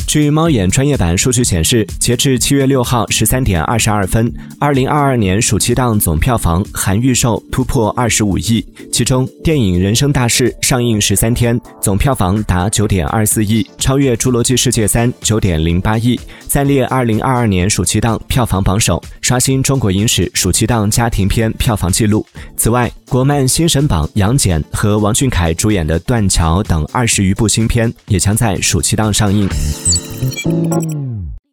据猫眼专业版数据显示，截至7月6号13点22分，2022年暑期档总票房含预售突破25亿，其中电影《人生大事》上映13天，总票房达9.24亿，超越《侏罗纪世界3》9.08亿，暂列2022年暑期档票房榜首，刷新中国影史暑期档家庭片票房纪录。此外，国漫新神榜杨戬和王俊凯主演的《断桥》等20余部新片也将在暑期档上映。